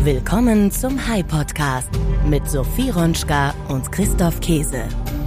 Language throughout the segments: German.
Willkommen zum Hi-Podcast mit Sophie Ronschka und Christoph Käse.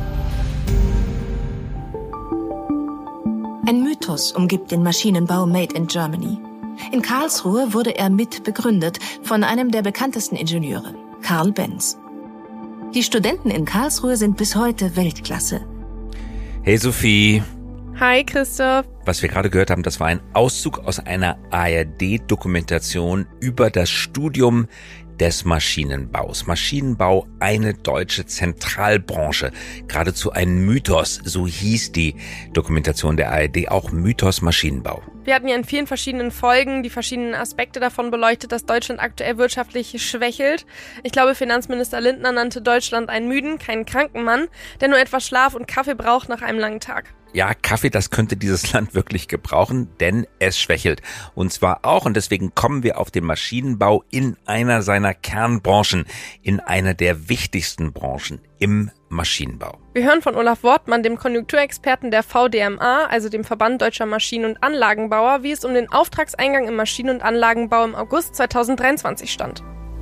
Ein Mythos umgibt den Maschinenbau Made in Germany. In Karlsruhe wurde er mit begründet von einem der bekanntesten Ingenieure, Karl Benz. Die Studenten in Karlsruhe sind bis heute Weltklasse. Hey Sophie. Hi Christoph. Was wir gerade gehört haben, das war ein Auszug aus einer ARD-Dokumentation über das Studium des Maschinenbaus. Maschinenbau, eine deutsche Zentralbranche. Geradezu ein Mythos, so hieß die Dokumentation der ARD, auch Mythos Maschinenbau. Wir hatten ja in vielen verschiedenen Folgen die verschiedenen Aspekte davon beleuchtet, dass Deutschland aktuell wirtschaftlich schwächelt. Ich glaube, Finanzminister Lindner nannte Deutschland einen müden, keinen kranken Mann, der nur etwas Schlaf und Kaffee braucht nach einem langen Tag. Ja, Kaffee, das könnte dieses Land wirklich gebrauchen, denn es schwächelt. Und zwar auch, und deswegen kommen wir auf den Maschinenbau in einer seiner Kernbranchen, in einer der wichtigsten Branchen im Maschinenbau. Wir hören von Olaf Wortmann, dem Konjunkturexperten der VDMA, also dem Verband Deutscher Maschinen- und Anlagenbauer, wie es um den Auftragseingang im Maschinen- und Anlagenbau im August 2023 stand.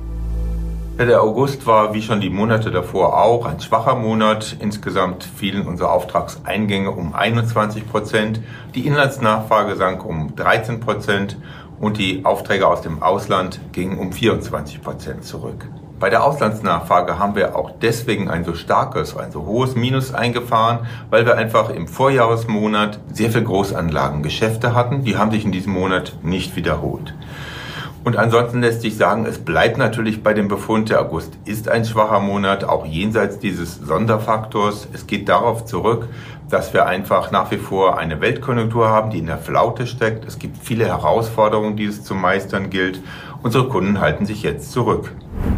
Ja, der August war wie schon die Monate davor auch ein schwacher Monat. Insgesamt fielen unsere Auftragseingänge um 21%, die Inlandsnachfrage sank um 13% und die Aufträge aus dem Ausland gingen um 24% zurück. Bei der Auslandsnachfrage haben wir auch deswegen ein so starkes, ein so hohes Minus eingefahren, weil wir einfach im Vorjahresmonat sehr viel Großanlagengeschäfte hatten. Die haben sich in diesem Monat nicht wiederholt. Und ansonsten lässt sich sagen, es bleibt natürlich bei dem Befund, der August ist ein schwacher Monat, auch jenseits dieses Sonderfaktors. Es geht darauf zurück, dass wir einfach nach wie vor eine Weltkonjunktur haben, die in der Flaute steckt. Es gibt viele Herausforderungen, die es zu meistern gilt. Unsere Kunden halten sich jetzt zurück.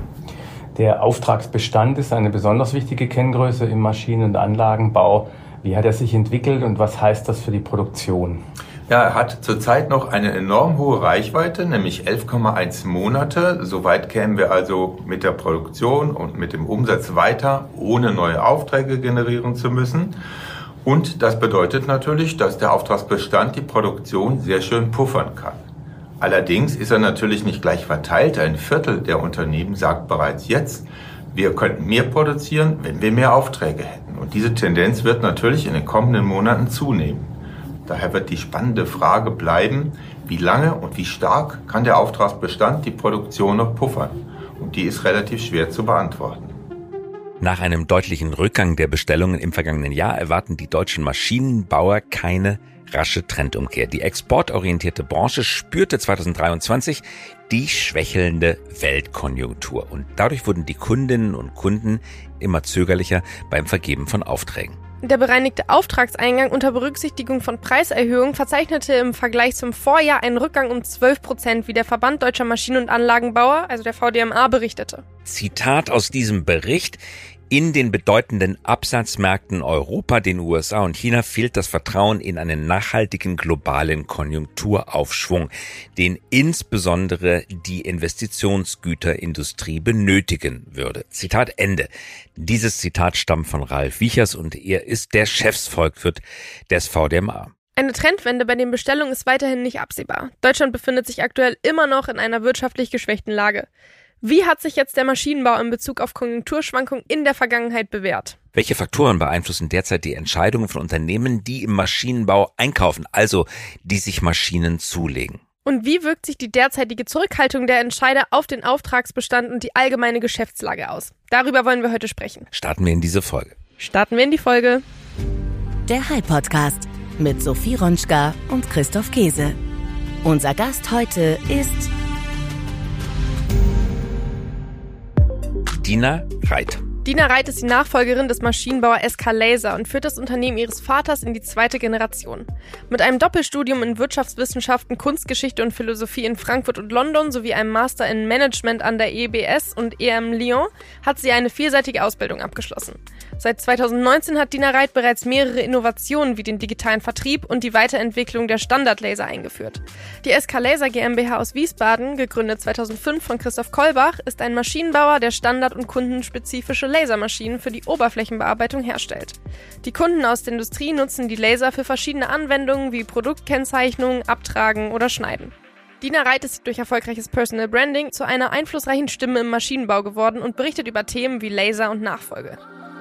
Der Auftragsbestand ist eine besonders wichtige Kenngröße im Maschinen- und Anlagenbau. Wie hat er sich entwickelt und was heißt das für die Produktion? Ja, er hat zurzeit noch eine enorm hohe Reichweite, nämlich 11,1 Monate. Soweit kämen wir also mit der Produktion und mit dem Umsatz weiter, ohne neue Aufträge generieren zu müssen. Und das bedeutet natürlich, dass der Auftragsbestand die Produktion sehr schön puffern kann. Allerdings ist er natürlich nicht gleich verteilt. Ein Viertel der Unternehmen sagt bereits jetzt, wir könnten mehr produzieren, wenn wir mehr Aufträge hätten. Und diese Tendenz wird natürlich in den kommenden Monaten zunehmen. Daher wird die spannende Frage bleiben, wie lange und wie stark kann der Auftragsbestand die Produktion noch puffern? Und die ist relativ schwer zu beantworten. Nach einem deutlichen Rückgang der Bestellungen im vergangenen Jahr erwarten die deutschen Maschinenbauer keine rasche Trendumkehr. Die exportorientierte Branche spürte 2023 die schwächelnde Weltkonjunktur. Und dadurch wurden die Kundinnen und Kunden immer zögerlicher beim Vergeben von Aufträgen. Der bereinigte Auftragseingang unter Berücksichtigung von Preiserhöhungen verzeichnete im Vergleich zum Vorjahr einen Rückgang um 12%, wie der Verband Deutscher Maschinen- und Anlagenbauer, also der VDMA, berichtete. Zitat aus diesem Bericht: In den bedeutenden Absatzmärkten Europa, den USA und China fehlt das Vertrauen in einen nachhaltigen globalen Konjunkturaufschwung, den insbesondere die Investitionsgüterindustrie benötigen würde. Zitat Ende. Dieses Zitat stammt von Ralf Wiechers und er ist der Chefsvolkswirt des VDMA. Eine Trendwende bei den Bestellungen ist weiterhin nicht absehbar. Deutschland befindet sich aktuell immer noch in einer wirtschaftlich geschwächten Lage. Wie hat sich jetzt der Maschinenbau in Bezug auf Konjunkturschwankungen in der Vergangenheit bewährt? Welche Faktoren beeinflussen derzeit die Entscheidungen von Unternehmen, die im Maschinenbau einkaufen, also die sich Maschinen zulegen? Und wie wirkt sich die derzeitige Zurückhaltung der Entscheider auf den Auftragsbestand und die allgemeine Geschäftslage aus? Darüber wollen wir heute sprechen. Starten wir in diese Folge. Der Hi-Podcast mit Sophie Ronschka und Christoph Käse. Unser Gast heute ist Dina Reit. Dina Reit ist die Nachfolgerin des Maschinenbauer SK Laser und führt das Unternehmen ihres Vaters in die zweite Generation. Mit einem Doppelstudium in Wirtschaftswissenschaften, Kunstgeschichte und Philosophie in Frankfurt und London sowie einem Master in Management an der EBS und EM Lyon hat sie eine vielseitige Ausbildung abgeschlossen. Seit 2019 hat Dina Reit bereits mehrere Innovationen wie den digitalen Vertrieb und die Weiterentwicklung der Standardlaser eingeführt. Die SK Laser GmbH aus Wiesbaden, gegründet 2005 von Christoph Kolbach, ist ein Maschinenbauer, der standard- und kundenspezifische Lasermaschinen für die Oberflächenbearbeitung herstellt. Die Kunden aus der Industrie nutzen die Laser für verschiedene Anwendungen wie Produktkennzeichnung, Abtragen oder Schneiden. Dina Reit ist durch erfolgreiches Personal Branding zu einer einflussreichen Stimme im Maschinenbau geworden und berichtet über Themen wie Laser und Nachfolge.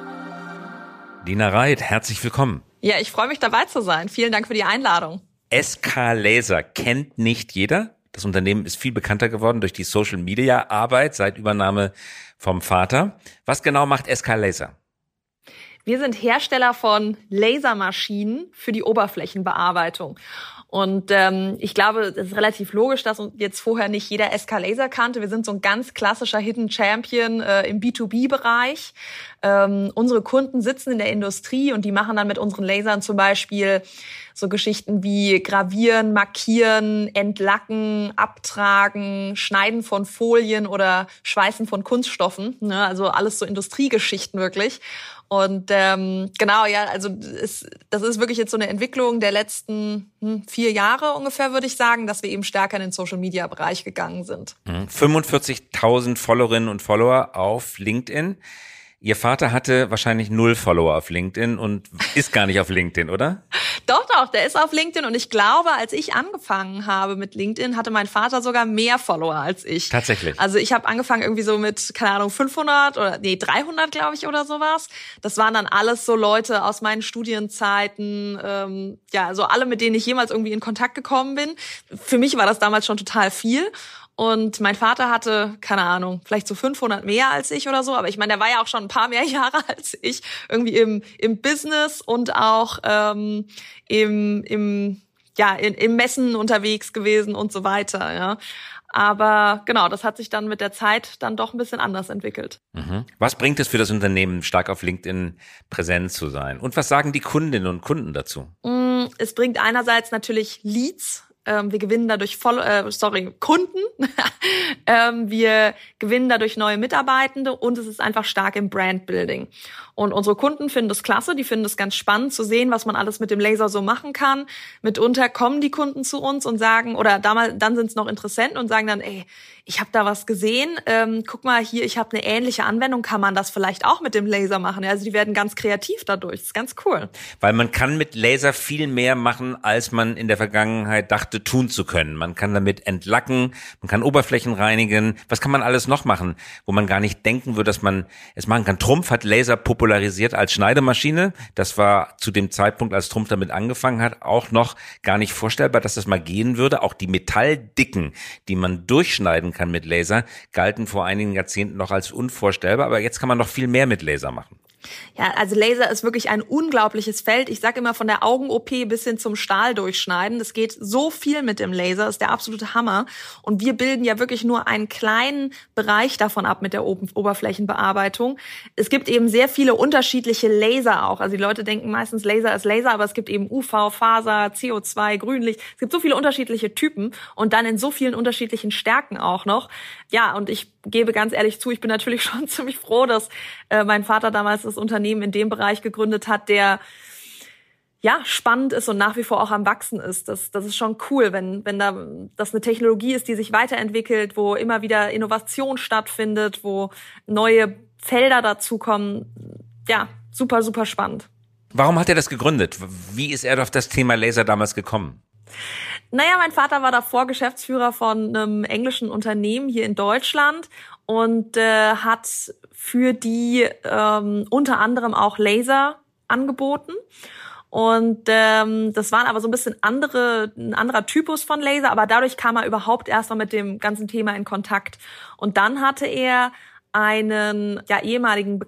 Dina Reit, herzlich willkommen. Ja, ich freue mich, dabei zu sein. Vielen Dank für die Einladung. SK Laser kennt nicht jeder. Das Unternehmen ist viel bekannter geworden durch die Social-Media-Arbeit seit Übernahme vom Vater. Was genau macht SK Laser? Wir sind Hersteller von Lasermaschinen für die Oberflächenbearbeitung. Und ich glaube, es ist relativ logisch, dass uns jetzt vorher nicht jeder SK Laser kannte. Wir sind so ein ganz klassischer Hidden Champion im B2B-Bereich. Unsere Kunden sitzen in der Industrie und die machen dann mit unseren Lasern zum Beispiel so Geschichten wie Gravieren, Markieren, Entlacken, Abtragen, Schneiden von Folien oder Schweißen von Kunststoffen. Ne? Also alles so Industriegeschichten wirklich. Und genau, ja, also das ist wirklich jetzt so eine Entwicklung der letzten 4 Jahre ungefähr, würde ich sagen, dass wir eben stärker in den Social-Media-Bereich gegangen sind. 45.000 Followerinnen und Follower auf LinkedIn. Ihr Vater hatte wahrscheinlich 0 Follower auf LinkedIn und ist gar nicht auf LinkedIn, oder? Doch, der ist auf LinkedIn und ich glaube, als ich angefangen habe mit LinkedIn, hatte mein Vater sogar mehr Follower als ich. Tatsächlich? Also ich habe angefangen irgendwie so mit, 500 oder 300, glaube ich, oder sowas. Das waren dann alles so Leute aus meinen Studienzeiten, so alle, mit denen ich jemals irgendwie in Kontakt gekommen bin. Für mich war das damals schon total viel. Und mein Vater hatte, vielleicht so 500 mehr als ich oder so. Aber ich meine, der war ja auch schon ein paar mehr Jahre als ich. Irgendwie im Business und auch im Messen unterwegs gewesen und so weiter. Ja. Aber genau, das hat sich dann mit der Zeit dann doch ein bisschen anders entwickelt. Was bringt es für das Unternehmen, stark auf LinkedIn präsent zu sein? Und was sagen die Kundinnen und Kunden dazu? Es bringt einerseits natürlich Leads. Wir gewinnen dadurch Kunden. Wir gewinnen dadurch neue Mitarbeitende und es ist einfach stark im Brandbuilding. Und unsere Kunden finden das klasse, die finden es ganz spannend zu sehen, was man alles mit dem Laser so machen kann. Mitunter kommen die Kunden zu uns und sagen, oder dann sind es noch Interessenten und sagen dann, ich habe da was gesehen, guck mal hier, ich habe eine ähnliche Anwendung, kann man das vielleicht auch mit dem Laser machen? Ja, also die werden ganz kreativ dadurch, das ist ganz cool. Weil man kann mit Laser viel mehr machen, als man in der Vergangenheit dachte tun zu können. Man kann damit entlacken, man kann Oberflächen reinigen, was kann man alles noch machen, wo man gar nicht denken würde, dass man es machen kann. Trumpf hat Laser popularisiert als Schneidemaschine, das war zu dem Zeitpunkt, als Trumpf damit angefangen hat, auch noch gar nicht vorstellbar, dass das mal gehen würde. Auch die Metalldicken, die man durchschneiden kann mit Laser, galten vor einigen Jahrzehnten noch als unvorstellbar, aber jetzt kann man noch viel mehr mit Laser machen. Ja, also Laser ist wirklich ein unglaubliches Feld. Ich sage immer von der Augen-OP bis hin zum Stahl durchschneiden. Es geht so viel mit dem Laser, ist der absolute Hammer. Und wir bilden ja wirklich nur einen kleinen Bereich davon ab mit der Oberflächenbearbeitung. Es gibt eben sehr viele unterschiedliche Laser auch. Also die Leute denken meistens Laser ist Laser, aber es gibt eben UV, Faser, CO2, Grünlicht. Es gibt so viele unterschiedliche Typen und dann in so vielen unterschiedlichen Stärken auch noch. Ja, und ich gebe ganz ehrlich zu, ich bin natürlich schon ziemlich froh, dass mein Vater damals das Unternehmen in dem Bereich gegründet hat, der spannend ist und nach wie vor auch am Wachsen ist. Das ist schon cool, wenn das eine Technologie ist, die sich weiterentwickelt, wo immer wieder Innovation stattfindet, wo neue Felder dazukommen. Ja, super, super spannend. Warum hat er das gegründet? Wie ist er auf das Thema Laser damals gekommen? Naja, mein Vater war davor Geschäftsführer von einem englischen Unternehmen hier in Deutschland und hat für die unter anderem auch Laser angeboten. Und das waren aber so ein bisschen ein anderer Typus von Laser, aber dadurch kam er überhaupt erstmal mit dem ganzen Thema in Kontakt. Und dann hatte er einen ehemaligen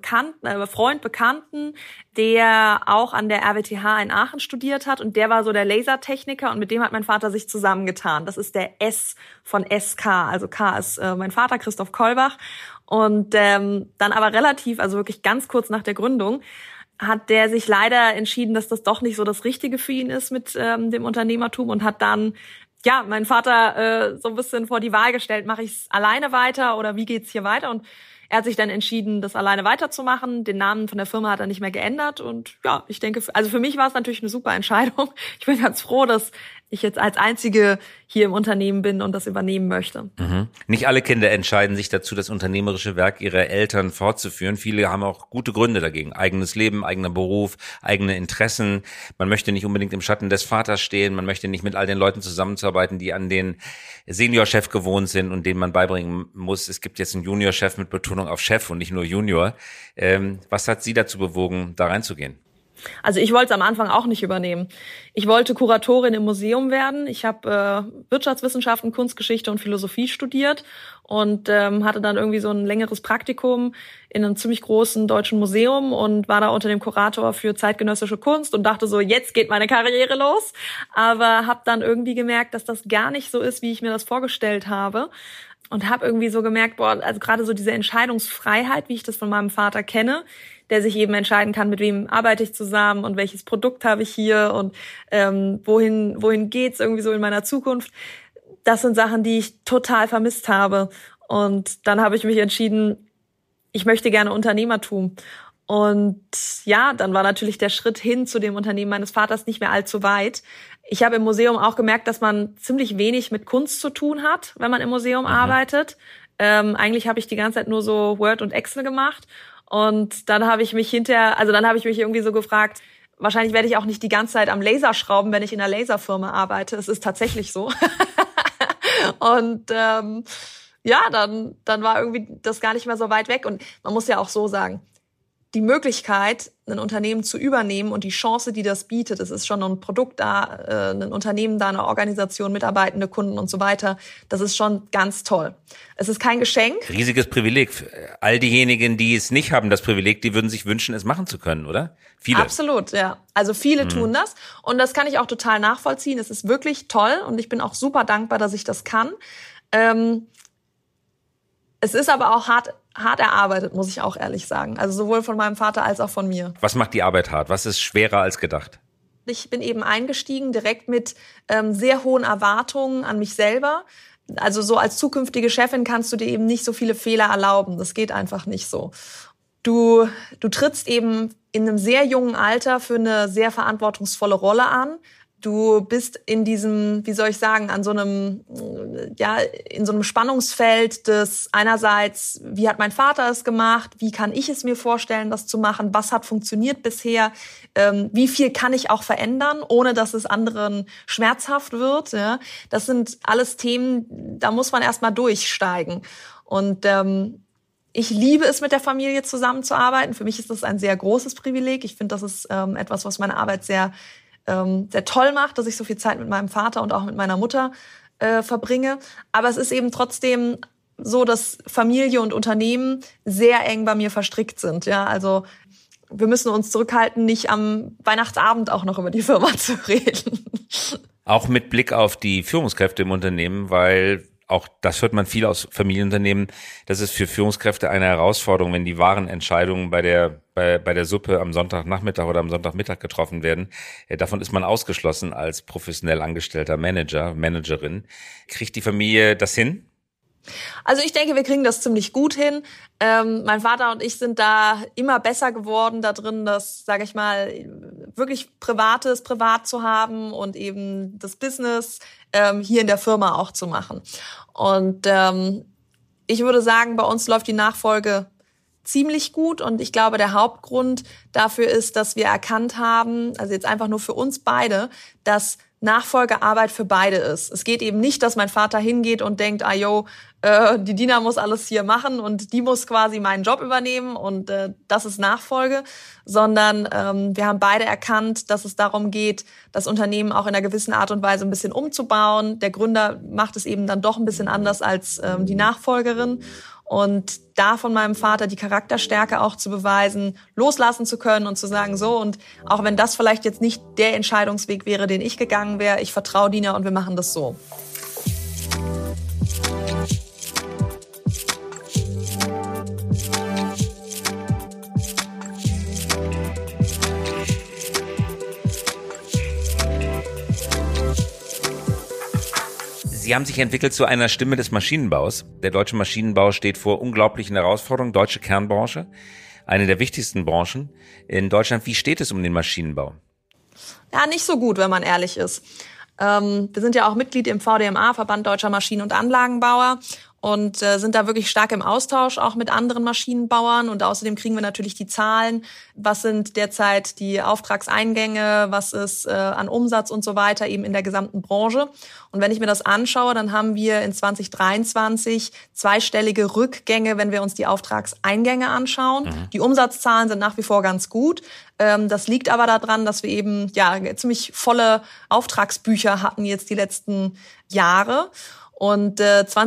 Bekannten, der auch an der RWTH in Aachen studiert hat und der war so der Lasertechniker und mit dem hat mein Vater sich zusammengetan. Das ist der S von SK, also K ist mein Vater, Christoph Kolbach. Und dann aber wirklich ganz kurz nach der Gründung, hat der sich leider entschieden, dass das doch nicht so das Richtige für ihn ist mit dem Unternehmertum und hat dann meinen Vater so ein bisschen vor die Wahl gestellt, mache ich es alleine weiter oder wie geht's hier weiter? Und Er hat sich dann entschieden, das alleine weiterzumachen. Den Namen von der Firma hat er nicht mehr geändert. Und ja, ich denke, also für mich war es natürlich eine super Entscheidung. Ich bin ganz froh, dass ich jetzt als Einzige hier im Unternehmen bin und das übernehmen möchte. Mhm. Nicht alle Kinder entscheiden sich dazu, das unternehmerische Werk ihrer Eltern fortzuführen. Viele haben auch gute Gründe dagegen. Eigenes Leben, eigener Beruf, eigene Interessen. Man möchte nicht unbedingt im Schatten des Vaters stehen. Man möchte nicht mit all den Leuten zusammenzuarbeiten, die an den Seniorchef gewohnt sind und denen man beibringen muss, es gibt jetzt einen Juniorchef mit Betonung auf Chef und nicht nur Junior. Was hat Sie dazu bewogen, da reinzugehen? Also ich wollte es am Anfang auch nicht übernehmen. Ich wollte Kuratorin im Museum werden. Ich habe Wirtschaftswissenschaften, Kunstgeschichte und Philosophie studiert und hatte dann irgendwie so ein längeres Praktikum in einem ziemlich großen deutschen Museum und war da unter dem Kurator für zeitgenössische Kunst und dachte so, jetzt geht meine Karriere los. Aber habe dann irgendwie gemerkt, dass das gar nicht so ist, wie ich mir das vorgestellt habe. Und habe irgendwie so gemerkt, boah, also gerade so diese Entscheidungsfreiheit, wie ich das von meinem Vater kenne, der sich eben entscheiden kann, mit wem arbeite ich zusammen und welches Produkt habe ich hier und wohin geht's irgendwie so in meiner Zukunft. Das sind Sachen, die ich total vermisst habe. Und dann habe ich mich entschieden, ich möchte gerne Unternehmertum. Und ja, dann war natürlich der Schritt hin zu dem Unternehmen meines Vaters nicht mehr allzu weit. Ich habe im Museum auch gemerkt, dass man ziemlich wenig mit Kunst zu tun hat, wenn man im Museum arbeitet. Eigentlich habe ich die ganze Zeit nur so Word und Excel gemacht. Und dann habe ich mich irgendwie so gefragt, wahrscheinlich werde ich auch nicht die ganze Zeit am Laser schrauben, wenn ich in einer Laserfirma arbeite. Es ist tatsächlich so. Und dann war irgendwie das gar nicht mehr so weit weg. Und man muss ja auch so sagen, die Möglichkeit, ein Unternehmen zu übernehmen und die Chance, die das bietet, es ist schon ein Produkt da, ein Unternehmen da, eine Organisation, mitarbeitende Kunden und so weiter, das ist schon ganz toll. Es ist kein Geschenk. Riesiges Privileg. All diejenigen, die es nicht haben, das Privileg, die würden sich wünschen, es machen zu können, oder? Viele. Absolut, ja. Also viele tun das und das kann ich auch total nachvollziehen. Es ist wirklich toll und ich bin auch super dankbar, dass ich das kann. Es ist aber auch hart erarbeitet, muss ich auch ehrlich sagen. Also sowohl von meinem Vater als auch von mir. Was macht die Arbeit hart? Was ist schwerer als gedacht? Ich bin eben eingestiegen direkt mit sehr hohen Erwartungen an mich selber. Also so als zukünftige Chefin kannst du dir eben nicht so viele Fehler erlauben. Das geht einfach nicht so. Du trittst eben in einem sehr jungen Alter für eine sehr verantwortungsvolle Rolle an. Du bist in diesem, wie soll ich sagen, in so einem Spannungsfeld des einerseits, wie hat mein Vater es gemacht, wie kann ich es mir vorstellen, das zu machen, was hat funktioniert bisher, wie viel kann ich auch verändern, ohne dass es anderen schmerzhaft wird. Ja? Das sind alles Themen, da muss man erstmal durchsteigen. Und ich liebe es, mit der Familie zusammenzuarbeiten. Für mich ist das ein sehr großes Privileg. Ich finde, das ist etwas, was meine Arbeit sehr toll macht, dass ich so viel Zeit mit meinem Vater und auch mit meiner Mutter verbringe. Aber es ist eben trotzdem so, dass Familie und Unternehmen sehr eng bei mir verstrickt sind. Ja, also wir müssen uns zurückhalten, nicht am Weihnachtsabend auch noch über die Firma zu reden. Auch mit Blick auf die Führungskräfte im Unternehmen, weil auch das hört man viel aus Familienunternehmen, das ist für Führungskräfte eine Herausforderung, wenn die wahren Entscheidungen bei der Suppe am Sonntagnachmittag oder am Sonntagmittag getroffen werden. Davon ist man ausgeschlossen als professionell angestellter Manager, Managerin. Kriegt die Familie das hin? Also ich denke, wir kriegen das ziemlich gut hin. Mein Vater und ich sind da immer besser geworden da drin, das, sage ich mal, wirklich Privates privat zu haben und eben das Business hier in der Firma auch zu machen. Und ich würde sagen, bei uns läuft die Nachfolge ziemlich gut und ich glaube, der Hauptgrund dafür ist, dass wir erkannt haben, also jetzt einfach nur für uns beide, dass Nachfolgearbeit für beide ist. Es geht eben nicht, dass mein Vater hingeht und denkt, die Dina muss alles hier machen und die muss quasi meinen Job übernehmen und das ist Nachfolge, sondern wir haben beide erkannt, dass es darum geht, das Unternehmen auch in einer gewissen Art und Weise ein bisschen umzubauen. Der Gründer macht es eben dann doch ein bisschen anders als die Nachfolgerin. Und da von meinem Vater die Charakterstärke auch zu beweisen, loslassen zu können und zu sagen, so, und auch wenn das vielleicht jetzt nicht der Entscheidungsweg wäre, den ich gegangen wäre, ich vertraue Dina und wir machen das so. Sie haben sich entwickelt zu einer Stimme des Maschinenbaus. Der deutsche Maschinenbau steht vor unglaublichen Herausforderungen. Deutsche Kernbranche, eine der wichtigsten Branchen in Deutschland. Wie steht es um den Maschinenbau? Ja, nicht so gut, wenn man ehrlich ist. Wir sind ja auch Mitglied im VDMA, Verband Deutscher Maschinen- und Anlagenbauer, und sind da wirklich stark im Austausch auch mit anderen Maschinenbauern. Und außerdem kriegen wir natürlich die Zahlen, was sind derzeit die Auftragseingänge, was ist an Umsatz und so weiter eben in der gesamten Branche. Und wenn ich mir das anschaue, dann haben wir in 2023 zweistellige Rückgänge, wenn wir uns die Auftragseingänge anschauen. Die Umsatzzahlen sind nach wie vor ganz gut. Das liegt aber daran, dass wir eben ziemlich volle Auftragsbücher hatten jetzt die letzten Jahre. Und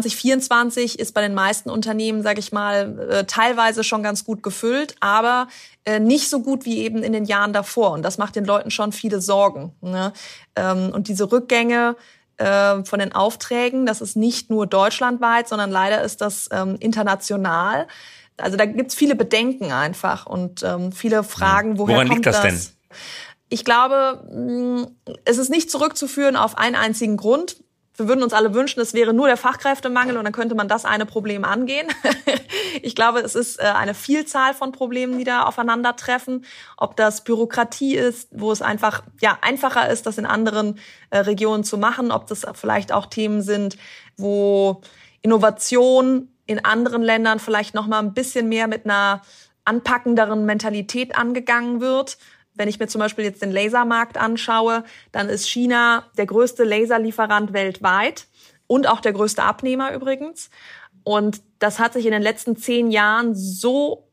2024 ist bei den meisten Unternehmen, sage ich mal, teilweise schon ganz gut gefüllt, aber nicht so gut wie eben in den Jahren davor. Und das macht den Leuten schon viele Sorgen, ne? Und diese Rückgänge von den Aufträgen, das ist nicht nur deutschlandweit, sondern leider ist das international. Also da gibt's viele Bedenken einfach und viele Fragen, woran kommt das? Denn? Ich glaube, es ist nicht zurückzuführen auf einen einzigen Grund. Wir würden uns alle wünschen, es wäre nur der Fachkräftemangel und dann könnte man das eine Problem angehen. Ich glaube, es ist eine Vielzahl von Problemen, die da aufeinandertreffen. Ob das Bürokratie ist, wo es einfach einfacher ist, das in anderen Regionen zu machen. Ob das vielleicht auch Themen sind, wo Innovation in anderen Ländern vielleicht noch mal ein bisschen mehr mit einer anpackenderen Mentalität angegangen wird. Wenn ich mir zum Beispiel jetzt den Lasermarkt anschaue, dann ist China der größte Laserlieferant weltweit und auch der größte Abnehmer übrigens. Und das hat sich in den letzten 10 Jahren so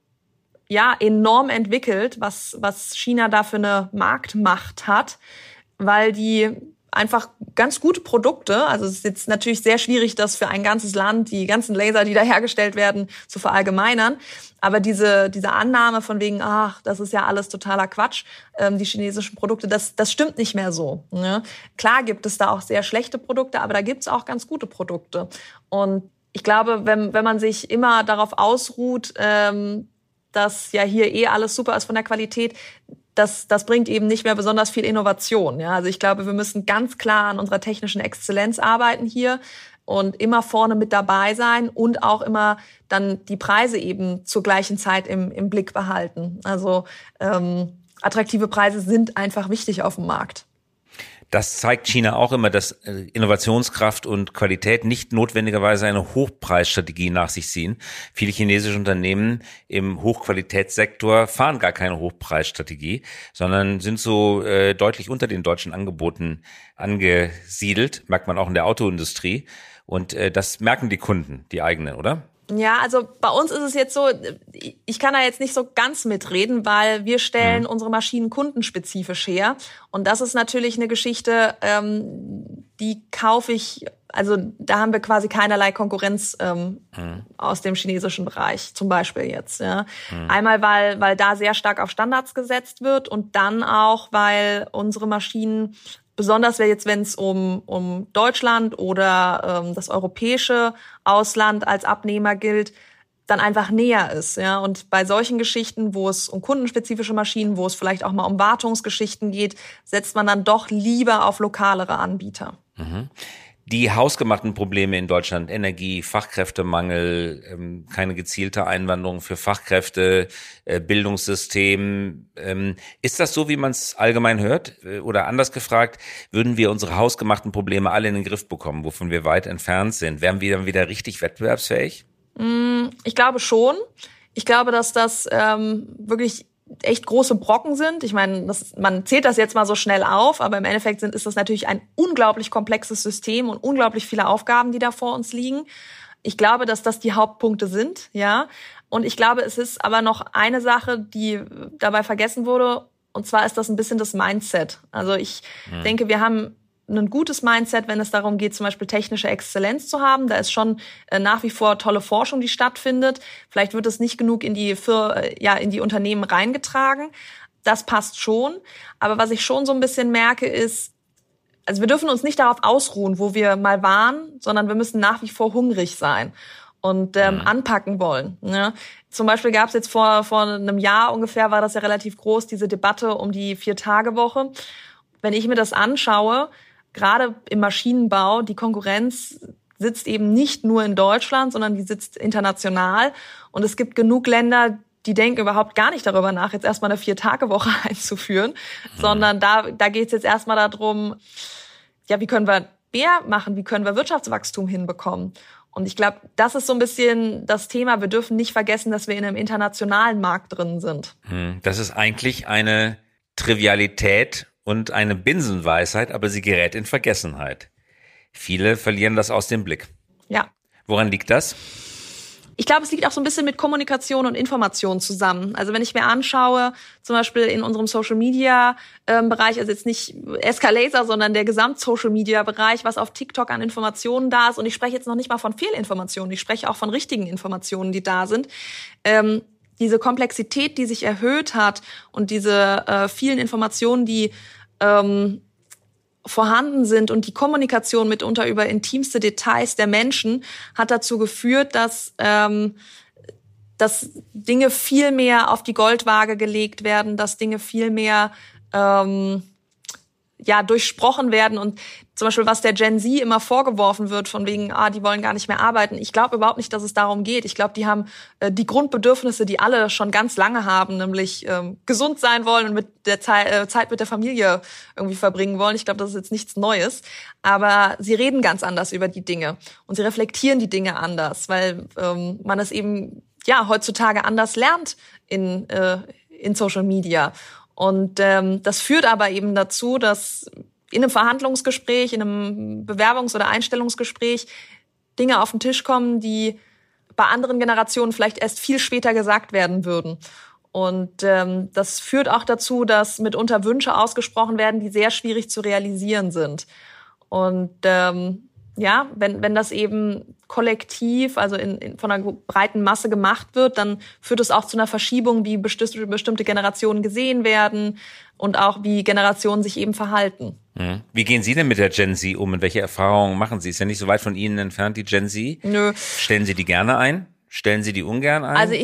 enorm entwickelt, was China da für eine Marktmacht hat, weil die einfach ganz gute Produkte, also es ist jetzt natürlich sehr schwierig, das für ein ganzes Land, die ganzen Laser, die da hergestellt werden, zu verallgemeinern. Aber diese Annahme von wegen, das ist ja alles totaler Quatsch, die chinesischen Produkte, das stimmt nicht mehr so, ne? Klar gibt es da auch sehr schlechte Produkte, aber da gibt es auch ganz gute Produkte. Und ich glaube, wenn man sich immer darauf ausruht, dass ja hier alles super ist von der Qualität, das bringt eben nicht mehr besonders viel Innovation. Ja? Also ich glaube, wir müssen ganz klar an unserer technischen Exzellenz arbeiten hier und immer vorne mit dabei sein und auch immer dann die Preise eben zur gleichen Zeit im Blick behalten. Also attraktive Preise sind einfach wichtig auf dem Markt. Das zeigt China auch immer, dass Innovationskraft und Qualität nicht notwendigerweise eine Hochpreisstrategie nach sich ziehen. Viele chinesische Unternehmen im Hochqualitätssektor fahren gar keine Hochpreisstrategie, sondern sind so deutlich unter den deutschen Angeboten angesiedelt, merkt man auch in der Autoindustrie. Und das merken die Kunden, die eigenen, oder? Ja, also bei uns ist es jetzt so, ich kann da jetzt nicht so ganz mitreden, weil wir stellen unsere Maschinen kundenspezifisch her. Und das ist natürlich eine Geschichte, die kaufe ich, also da haben wir quasi keinerlei Konkurrenz aus dem chinesischen Bereich, zum Beispiel jetzt. Ja. Einmal, weil da sehr stark auf Standards gesetzt wird und dann auch, weil unsere Maschinen, besonders wenn es um Deutschland oder das europäische Ausland als Abnehmer gilt, dann einfach näher ist. Ja? Und bei solchen Geschichten, wo es um kundenspezifische Maschinen, wo es vielleicht auch mal um Wartungsgeschichten geht, setzt man dann doch lieber auf lokalere Anbieter. Mhm. Die hausgemachten Probleme in Deutschland, Energie, Fachkräftemangel, keine gezielte Einwanderung für Fachkräfte, Bildungssystem. Ist das so, wie man es allgemein hört? Oder anders gefragt, würden wir unsere hausgemachten Probleme alle in den Griff bekommen, wovon wir weit entfernt sind? Wären wir dann wieder richtig wettbewerbsfähig? Ich glaube schon. Ich glaube, dass das wirklich echt große Brocken sind. Ich meine, man zählt das jetzt mal so schnell auf, aber im Endeffekt ist das natürlich ein unglaublich komplexes System und unglaublich viele Aufgaben, die da vor uns liegen. Ich glaube, dass das die Hauptpunkte sind, ja. Und ich glaube, es ist aber noch eine Sache, die dabei vergessen wurde, und zwar ist das ein bisschen das Mindset. Also ich denke, wir haben ein gutes Mindset, wenn es darum geht, zum Beispiel technische Exzellenz zu haben. Da ist schon nach wie vor tolle Forschung, die stattfindet. Vielleicht wird es nicht genug in die Unternehmen reingetragen. Das passt schon. Aber was ich schon so ein bisschen merke, ist, also wir dürfen uns nicht darauf ausruhen, wo wir mal waren, sondern wir müssen nach wie vor hungrig sein und anpacken wollen. Ne? Zum Beispiel gab es jetzt vor einem Jahr ungefähr, war das ja relativ groß, diese Debatte um die 4-Tage-Woche. Wenn ich mir das anschaue, gerade im Maschinenbau, die Konkurrenz sitzt eben nicht nur in Deutschland, sondern die sitzt international. Und es gibt genug Länder, die denken überhaupt gar nicht darüber nach, jetzt erstmal eine 4-Tage-Woche einzuführen, sondern da geht es jetzt erstmal darum, ja, wie können wir mehr machen, wie können wir Wirtschaftswachstum hinbekommen? Und ich glaube, das ist so ein bisschen das Thema. Wir dürfen nicht vergessen, dass wir in einem internationalen Markt drin sind. Das ist eigentlich eine Trivialität und eine Binsenweisheit, aber sie gerät in Vergessenheit. Viele verlieren das aus dem Blick. Ja. Woran liegt das? Ich glaube, es liegt auch so ein bisschen mit Kommunikation und Information zusammen. Also wenn ich mir anschaue, zum Beispiel in unserem Social-Media-Bereich, also jetzt nicht Escalaser, sondern der Gesamt-Social-Media-Bereich, was auf TikTok an Informationen da ist. Und ich spreche jetzt noch nicht mal von Fehlinformationen, ich spreche auch von richtigen Informationen, die da sind. Diese Komplexität, die sich erhöht hat und diese vielen Informationen, die vorhanden sind und die Kommunikation mitunter über intimste Details der Menschen hat dazu geführt, dass Dinge viel mehr auf die Goldwaage gelegt werden, dass Dinge viel mehr durchsprochen werden. Und zum Beispiel, was der Gen Z immer vorgeworfen wird, von wegen, die wollen gar nicht mehr arbeiten. Ich glaube überhaupt nicht, dass es darum geht. Ich glaube, die haben die Grundbedürfnisse, die alle schon ganz lange haben, nämlich gesund sein wollen und mit der Zeit mit der Familie irgendwie verbringen wollen. Ich glaube, das ist jetzt nichts Neues. Aber sie reden ganz anders über die Dinge und sie reflektieren die Dinge anders, weil man es eben heutzutage anders lernt in Social Media. Und das führt aber eben dazu, dass in einem Verhandlungsgespräch, in einem Bewerbungs- oder Einstellungsgespräch Dinge auf den Tisch kommen, die bei anderen Generationen vielleicht erst viel später gesagt werden würden. Und das führt auch dazu, dass mitunter Wünsche ausgesprochen werden, die sehr schwierig zu realisieren sind. Und wenn das eben kollektiv, also von einer breiten Masse gemacht wird, dann führt es auch zu einer Verschiebung, wie bestimmte Generationen gesehen werden und auch wie Generationen sich eben verhalten. Wie gehen Sie denn mit der Gen Z um und welche Erfahrungen machen Sie? Ist ja nicht so weit von Ihnen entfernt, die Gen Z. Nö. Stellen Sie die gerne ein? Stellen Sie die ungern ein? Also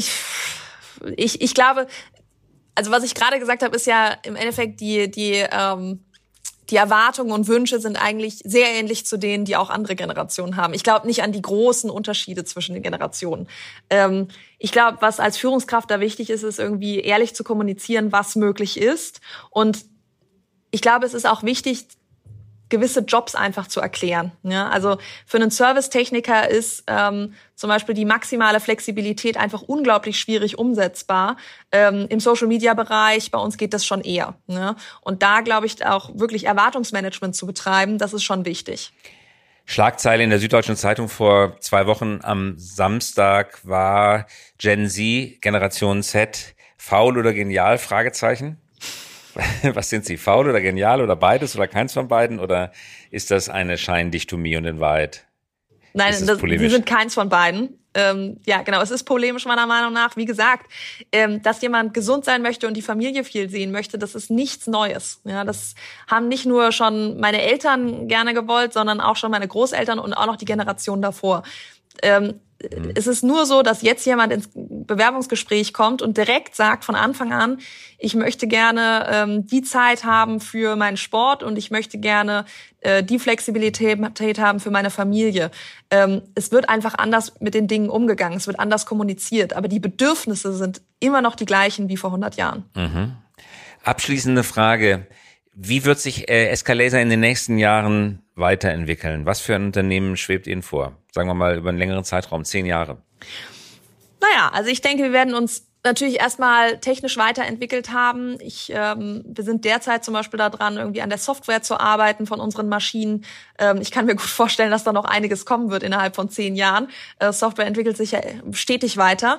ich glaube, also was ich gerade gesagt habe, ist ja im Endeffekt die Erwartungen und Wünsche sind eigentlich sehr ähnlich zu denen, die auch andere Generationen haben. Ich glaube nicht an die großen Unterschiede zwischen den Generationen. Ich glaube, was als Führungskraft da wichtig ist, ist irgendwie ehrlich zu kommunizieren, was möglich ist. Und ich glaube, es ist auch wichtig, gewisse Jobs einfach zu erklären. Ja, also für einen Servicetechniker ist zum Beispiel die maximale Flexibilität einfach unglaublich schwierig umsetzbar. Im Social-Media-Bereich, bei uns geht das schon eher. Ne? Und da glaube ich auch wirklich Erwartungsmanagement zu betreiben, das ist schon wichtig. Schlagzeile in der Süddeutschen Zeitung vor 2 Wochen am Samstag war Gen Z, Generation Z, faul oder genial? Fragezeichen. Was sind Sie, faul oder genial oder beides oder keins von beiden? Oder ist das eine Scheindichtomie und in Wahrheit? Nein, sie sind keins von beiden. Genau, es ist polemisch meiner Meinung nach. Wie gesagt, dass jemand gesund sein möchte und die Familie viel sehen möchte, das ist nichts Neues. Ja, das haben nicht nur schon meine Eltern gerne gewollt, sondern auch schon meine Großeltern und auch noch die Generation davor. Es ist nur so, dass jetzt jemand ins Bewerbungsgespräch kommt und direkt sagt von Anfang an, ich möchte gerne die Zeit haben für meinen Sport und ich möchte gerne die Flexibilität haben für meine Familie. Es wird einfach anders mit den Dingen umgegangen, es wird anders kommuniziert, aber die Bedürfnisse sind immer noch die gleichen wie vor 100 Jahren. Abschließende Frage. Wie wird sich Escalaser in den nächsten Jahren weiterentwickeln? Was für ein Unternehmen schwebt Ihnen vor? Sagen wir mal über einen längeren Zeitraum, 10 Jahre. Naja, also ich denke, wir werden uns natürlich erstmal technisch weiterentwickelt haben. Wir sind derzeit zum Beispiel daran, irgendwie an der Software zu arbeiten von unseren Maschinen. Ich kann mir gut vorstellen, dass da noch einiges kommen wird innerhalb von 10 Jahren. Software entwickelt sich ja stetig weiter.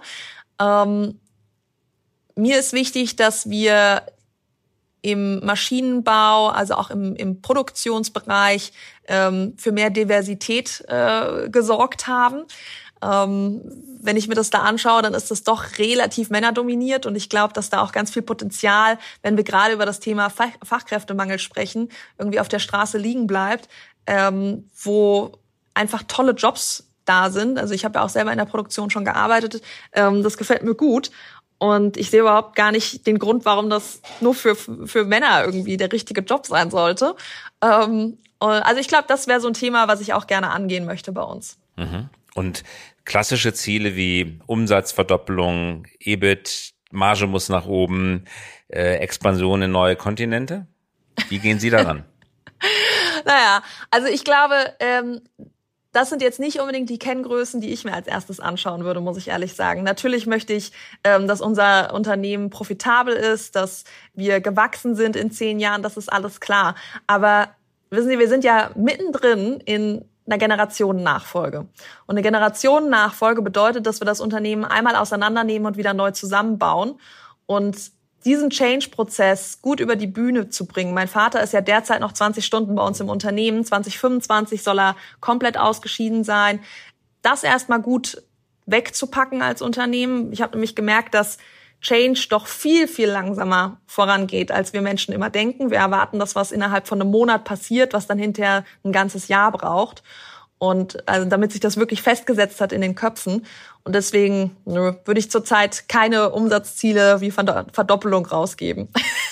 Mir ist wichtig, dass wir im Maschinenbau, also auch im Produktionsbereich, für mehr Diversität gesorgt haben. Wenn ich mir das da anschaue, dann ist das doch relativ männerdominiert und ich glaube, dass da auch ganz viel Potenzial, wenn wir gerade über das Thema Fachkräftemangel sprechen, irgendwie auf der Straße liegen bleibt, wo einfach tolle Jobs da sind. Also ich habe ja auch selber in der Produktion schon gearbeitet. Das gefällt mir gut. Und ich sehe überhaupt gar nicht den Grund, warum das nur für Männer irgendwie der richtige Job sein sollte. Und Also ich glaube, das wäre so ein Thema, was ich auch gerne angehen möchte bei uns. Und klassische Ziele wie Umsatzverdoppelung, EBIT, Marge muss nach oben, Expansion in neue Kontinente. Wie gehen Sie daran? Naja, also ich glaube, das sind jetzt nicht unbedingt die Kenngrößen, die ich mir als erstes anschauen würde, muss ich ehrlich sagen. Natürlich möchte ich, dass unser Unternehmen profitabel ist, dass wir gewachsen sind in 10 Jahren, das ist alles klar. Aber wissen Sie, wir sind ja mittendrin in einer Generationennachfolge. Und eine Generationennachfolge bedeutet, dass wir das Unternehmen einmal auseinandernehmen und wieder neu zusammenbauen. Und diesen Change-Prozess gut über die Bühne zu bringen. Mein Vater ist ja derzeit noch 20 Stunden bei uns im Unternehmen. 2025 soll er komplett ausgeschieden sein. Das erstmal gut wegzupacken als Unternehmen. Ich habe nämlich gemerkt, dass Change doch viel, viel langsamer vorangeht, als wir Menschen immer denken. Wir erwarten, dass was innerhalb von einem Monat passiert, was dann hinterher ein ganzes Jahr braucht. Und also damit sich das wirklich festgesetzt hat in den Köpfen. Und deswegen würde ich zurzeit keine Umsatzziele wie Verdoppelung rausgeben.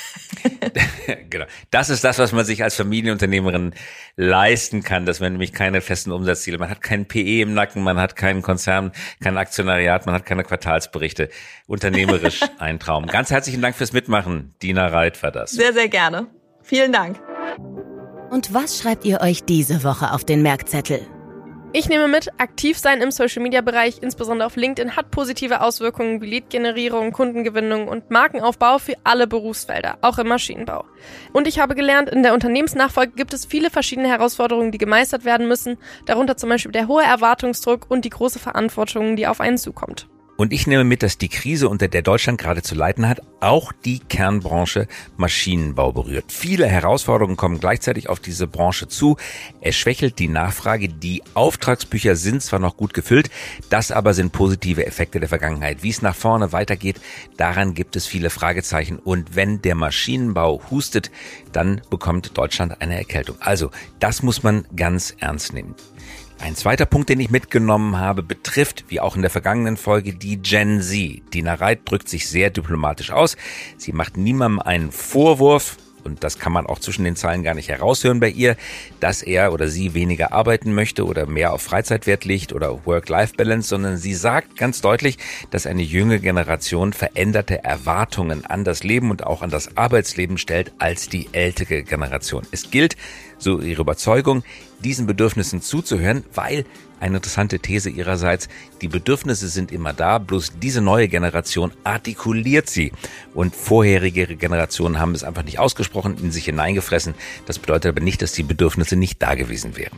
Genau. Das ist das, was man sich als Familienunternehmerin leisten kann, dass man nämlich keine festen Umsatzziele, man hat keinen PE im Nacken, man hat keinen Konzern, kein Aktionariat, man hat keine Quartalsberichte. Unternehmerisch ein Traum. Ganz herzlichen Dank fürs Mitmachen. Dina Reit war das. Sehr, sehr gerne. Vielen Dank. Und was schreibt ihr euch diese Woche auf den Merkzettel? Ich nehme mit, aktiv sein im Social-Media-Bereich, insbesondere auf LinkedIn, hat positive Auswirkungen wie Lead-Generierung, Kundengewinnung und Markenaufbau für alle Berufsfelder, auch im Maschinenbau. Und ich habe gelernt, in der Unternehmensnachfolge gibt es viele verschiedene Herausforderungen, die gemeistert werden müssen, darunter zum Beispiel der hohe Erwartungsdruck und die große Verantwortung, die auf einen zukommt. Und ich nehme mit, dass die Krise, unter der Deutschland gerade zu leiden hat, auch die Kernbranche Maschinenbau berührt. Viele Herausforderungen kommen gleichzeitig auf diese Branche zu. Es schwächelt die Nachfrage. Die Auftragsbücher sind zwar noch gut gefüllt, das aber sind positive Effekte der Vergangenheit. Wie es nach vorne weitergeht, daran gibt es viele Fragezeichen. Und wenn der Maschinenbau hustet, dann bekommt Deutschland eine Erkältung. Also, das muss man ganz ernst nehmen. Ein zweiter Punkt, den ich mitgenommen habe, betrifft, wie auch in der vergangenen Folge, die Gen Z. Dina Reit drückt sich sehr diplomatisch aus. Sie macht niemandem einen Vorwurf, und das kann man auch zwischen den Zeilen gar nicht heraushören bei ihr, dass er oder sie weniger arbeiten möchte oder mehr auf Freizeitwert legt oder Work-Life-Balance, sondern sie sagt ganz deutlich, dass eine junge Generation veränderte Erwartungen an das Leben und auch an das Arbeitsleben stellt als die ältere Generation. Es gilt, so ihre Überzeugung, diesen Bedürfnissen zuzuhören, weil, eine interessante These ihrerseits, die Bedürfnisse sind immer da, bloß diese neue Generation artikuliert sie. Und vorherige Generationen haben es einfach nicht ausgesprochen, in sich hineingefressen. Das bedeutet aber nicht, dass die Bedürfnisse nicht da gewesen wären.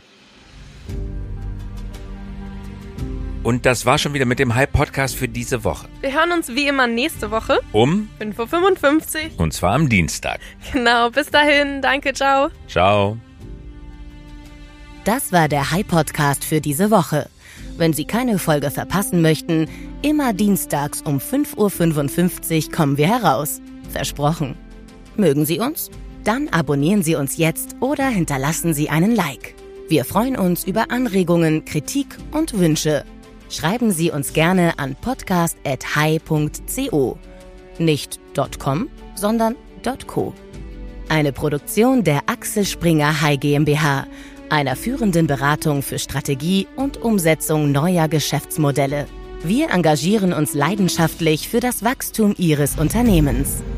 Und das war schon wieder mit dem Hype-Podcast für diese Woche. Wir hören uns wie immer nächste Woche um 5:55 Uhr. Und zwar am Dienstag. Genau, bis dahin. Danke, ciao. Ciao. Das war der Hype-Podcast für diese Woche. Wenn Sie keine Folge verpassen möchten, immer dienstags um 5:55 Uhr kommen wir heraus. Versprochen. Mögen Sie uns? Dann abonnieren Sie uns jetzt oder hinterlassen Sie einen Like. Wir freuen uns über Anregungen, Kritik und Wünsche. Schreiben Sie uns gerne an podcast@hi.co. Nicht .com, sondern .co. Eine Produktion der Axel Springer Hi GmbH, einer führenden Beratung für Strategie und Umsetzung neuer Geschäftsmodelle. Wir engagieren uns leidenschaftlich für das Wachstum Ihres Unternehmens.